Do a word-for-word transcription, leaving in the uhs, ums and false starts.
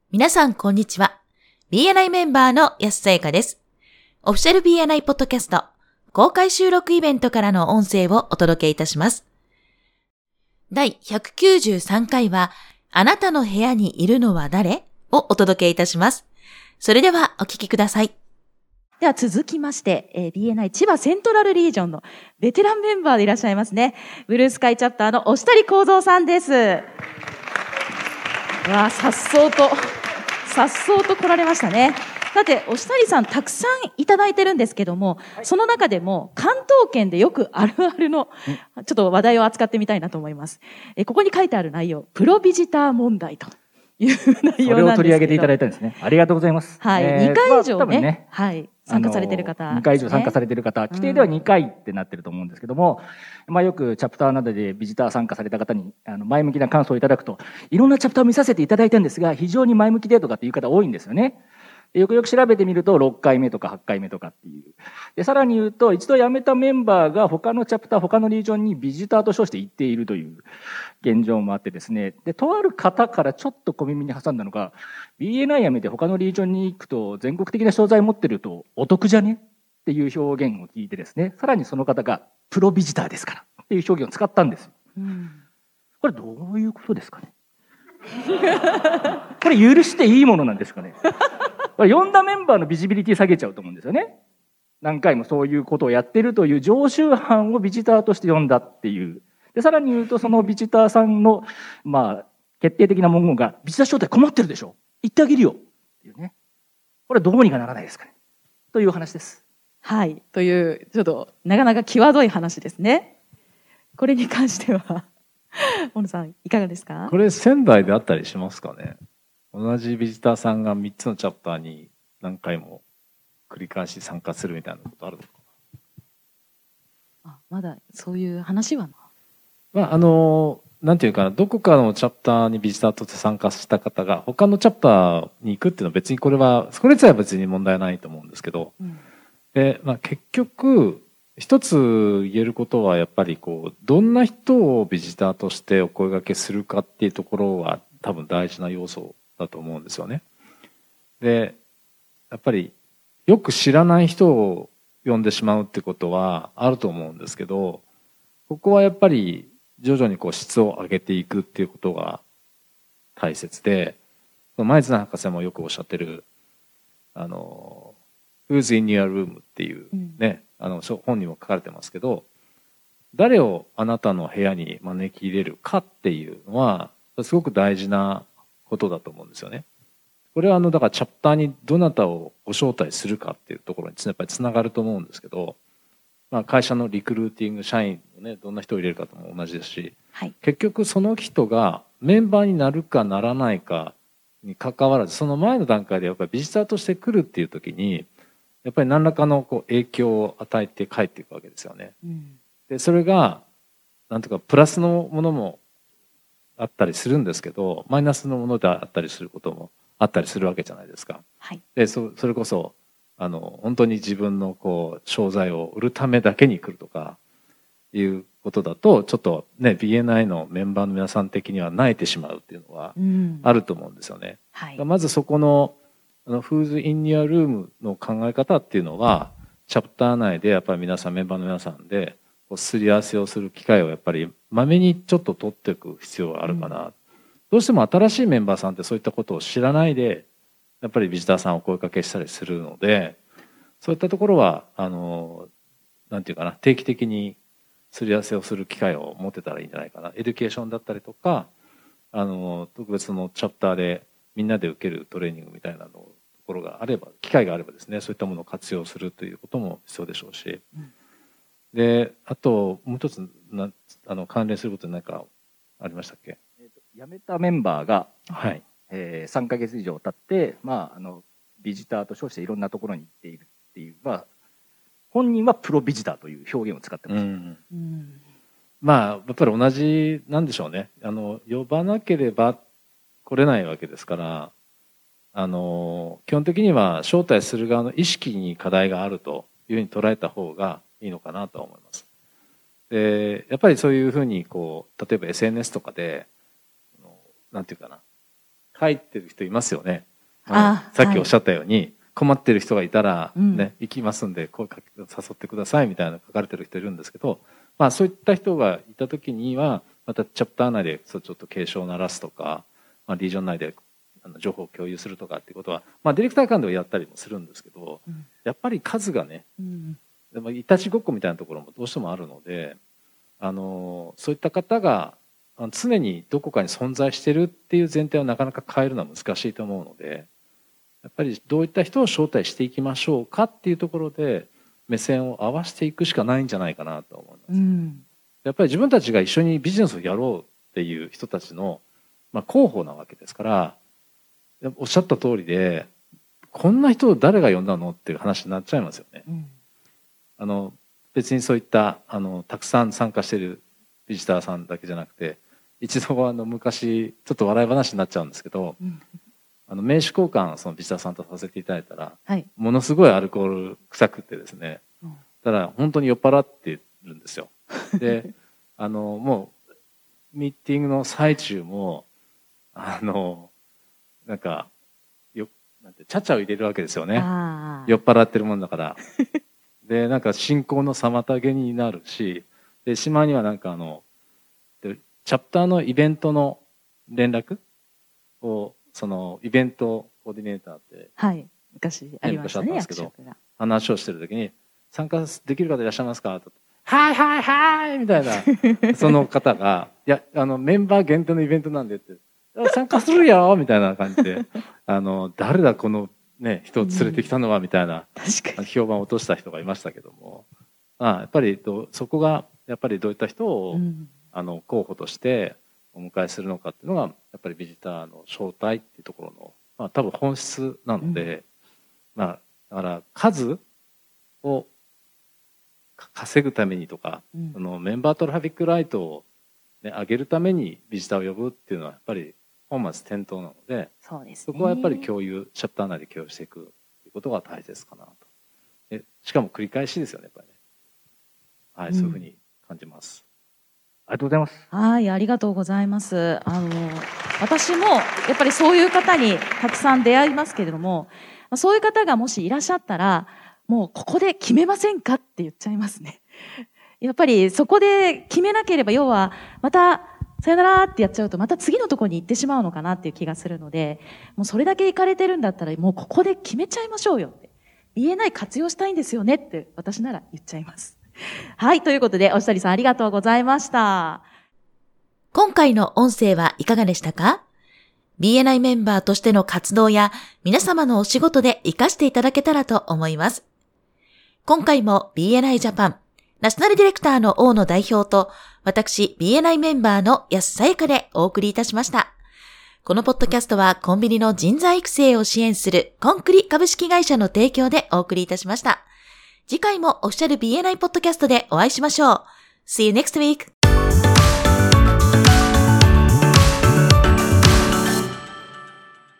皆さん、こんにちは。ビーエヌアイ メンバーの安さやかです。オフィシャル ビーエヌアイ ポッドキャスト公開収録イベントからの音声をお届けいたします。だいひゃくきゅうじゅうさんかいは、あなたの部屋にいるのは誰？をお届けいたします。それではお聞きください。 では続きまして、えー、ビーエヌアイ 千葉セントラルリージョンのベテランメンバーでいらっしゃいますね。ブルースカイチャプターの押谷幸三さんです。わあ、さっそうと、さっそうと来られましたね。さて、押谷さんたくさんいただいてるんですけども、はい、その中でも関東圏でよくあるあるの、ちょっと話題を扱ってみたいなと思います。えー、ここに書いてある内容、プロビジター問題と。いう内容なんですけど。 それを取り上げていただいたんですね。ありがとうございます。 はい。えー、にかい以上ね、まあ、ねはい。参加されてる方、ね。 にかい以上参加されてる方、規定ではにかいってなってると思うんですけども、うん、まあよくチャプターなどでビジター参加された方にあの前向きな感想をいただくと、いろんなチャプターを見させていただいたんですが、非常に前向きでとかっていう方多いんですよね。よくよく調べてみるとろっかいめとかはちかいめとかっていう。で、さらに言うと、一度辞めたメンバーが他のチャプター、他のリージョンにビジターと称して行っているという現状もあってですね。で、とある方からちょっと小耳に挟んだのが、ビーエヌアイ 辞めて他のリージョンに行くと全国的な商材持ってるとお得じゃねっていう表現を聞いてですね、さらにその方がプロビジターですからっていう表現を使ったんですよ。うん、これどういうことですかね。これ許していいものなんですかね。これ呼んだメンバーのビジビリティ下げちゃうと思うんですよね。何回もそういうことをやってるという常習犯をビジターとして呼んだっていう。で、さらに言うとそのビジターさんの、まあ、決定的な文言が、ビジター招待困ってるでしょ。言ってあげるよ。っていうね。これどうにかならないですかね。という話です。 はい。という、ちょっと、なかなか際どい話ですね。これに関しては、小野さん、いかがですか？ これ仙台であったりしますかね。同じビジターさんがみっつのチャプターに何回も繰り返し参加するみたいなことあるのかな。あ、まだそういう話はな。 まあ、あの、なんていうかな、どこかのチャプターにビジターとして参加した方が他のチャプターに行くっていうのは別にこれは、それ自体は別に問題ないと思うんですけど、うん、で、まあ結局、一つ言えることはやっぱりこう、どんな人をビジターとしてお声掛けするかっていうところは多分大事な要素だと思うんですよね。で、やっぱりよく知らない人を呼んでしまうってことはあると思うんですけど、ここはやっぱり徐々にこう質を上げていくっていうことが大切で、前津博士もよくおっしゃってる、あの、Who's in your room っていうね、うん、あの本にも書かれてますけど、誰をあなたの部屋に招き入れるかっていうのは、すごく大事なことだと思うんですよね。これはあのだからチャプターにどなたをご招待するかっていうところにやっぱりつながると思うんですけど、まあ、会社のリクルーティング社員をねどんな人を入れるかとも同じですし、はい、結局その人がメンバーになるかならないかに関わらず、その前の段階でやっぱりビジターとして来るっていう時にやっぱり何らかのこう影響を与えて帰っていくわけですよね。うん、でそれがなんとかプラスのものもあったりするんですけど、マイナスのものであったりすることもあったりするわけじゃないですか。はい、で そ, それこそあの本当に自分のこう商材を売るためだけに来るとかいうことだとちょっとね ビーエヌアイ のメンバーの皆さん的には萎えてしまうっていうのはあると思うんですよね。うんはい、まずそこのあの Who's in your room の考え方っていうのはチャプター内でやっぱり皆さんメンバーの皆さんですり合わせをする機会をやっぱりまめにちょっと取っていく必要があるかな、うん、どうしても新しいメンバーさんってそういったことを知らないでやっぱりビジターさんを声かけしたりするので、そういったところはあのなんていうかな、定期的にすり合わせをする機会を持ってたらいいんじゃないかな。エデュケーションだったりとかあの特別のチャプターでみんなで受けるトレーニングみたいなのところがあれば、機会があればですね、そういったものを活用するということも必要でしょうし、うん、であともう一つなあの関連することで何かありましたっけ？ 辞めたメンバーが、 はいえー、さんかげつ以上経って、まあ、あのビジターと称していろんなところに行っているっていう、まあ、本人はプロビジターという表現を使ってます、うんうん、まあやっぱり同じなんでしょうね。あの呼ばなければ来れないわけですから、あの基本的には招待する側の意識に課題があるというふうに捉えた方がいいのかなと思います。でやっぱりそういうふうにこう例えば エスエヌエス とかでなんていうかな、 書いてる人いますよね。 あさっきおっしゃったように、はい、困ってる人がいたら、ね、うん、行きますんで、声かけ誘ってくださいみたいな書かれてる人いるんですけど、まあそういった人がいたときには、またチャプター内でそうちょっと警鐘を鳴らすとか、まあ、リージョン内であの情報を共有するとかっていうことは、まあディレクター間ではやったりもするんですけど、うん、やっぱり数がね、うん、でもいたちごっこみたいなところもどうしてもあるので、あのそういった方が常にどこかに存在してるっていう前提をなかなか変えるのは難しいと思うので、やっぱりどういった人を招待していきましょうかっていうところで目線を合わせていくしかないんじゃないかなと思います、うん、やっぱり自分たちが一緒にビジネスをやろうっていう人たちの、まあ、候補なわけですから、おっしゃった通りでこんな人を誰が呼んだのっていう話になっちゃいますよね、うん、あの別にそういったあのたくさん参加しているビジターさんだけじゃなくて、一度あの昔ちょっと笑い話になっちゃうんですけど、うんあの名刺交換そのビジターさんとさせていただいたら、はい、ものすごいアルコール臭くてですね、うん、ただ本当に酔っ払ってるんですよ。であのもうミーティングの最中もあのなんかよなんてチャチャを入れるわけですよね。酔っ払ってるもんだからでなんか進行の妨げになるし、でしまいにはなんかあのでチャプターのイベントの連絡をそのイベントコーディネーターって、 はい、昔ありましたね、 役職が話をしてる時に参加できる方いらっしゃいますかと、はいはいはいみたいなその方がいやあのメンバー限定のイベントなんでって参加するよみたいな感じであの誰だこのね人を連れてきたのはみたいな、うん、評判を落とした人がいましたけども、まあやっぱりそこがやっぱりどういった人を、うん、あの候補としてお迎えするのかっていうのがやっぱりビジターの招待っていうところの、まあ、多分本質なので、うん、まあだから数を稼ぐためにとか、うん、そのメンバートラフィックライトを、ね、上げるためにビジターを呼ぶっていうのはやっぱり本末転倒なので、そうですね、そこはやっぱり共有チャプター内で共有していくということが大切かなと。でしかも繰り返しですよねやっぱりね。はい、うん、そういうふうに感じます。 ありがとうございます。 はい、ありがとうございます。あの私もやっぱりそういう方にたくさん出会いますけれども、そういう方がもしいらっしゃったら、もうここで決めませんかって言っちゃいますね。やっぱりそこで決めなければ、要はまたさよならってやっちゃうとまた次のところに行ってしまうのかなっていう気がするので、もうそれだけ行かれてるんだったらもうここで決めちゃいましょうよって。ビーエヌアイ 活用したいんですよねって私なら言っちゃいます。はい、ということで、おしたりさんありがとうございました。 今回の音声はいかがでしたか？ ビーエヌアイ メンバーとしての活動や皆様のお仕事で活かしていただけたらと思います。今回も ビーエヌアイ ジャパンナショナルディレクターの大野代表と私 ビーエヌアイ メンバーの安さやかでお送りいたしました。このポッドキャストはコンビニの人材育成を支援するコンクリ株式会社の提供でお送りいたしました。次回もオフィシャル ビーエヌアイ ポッドキャストでお会いしましょう。See you next week!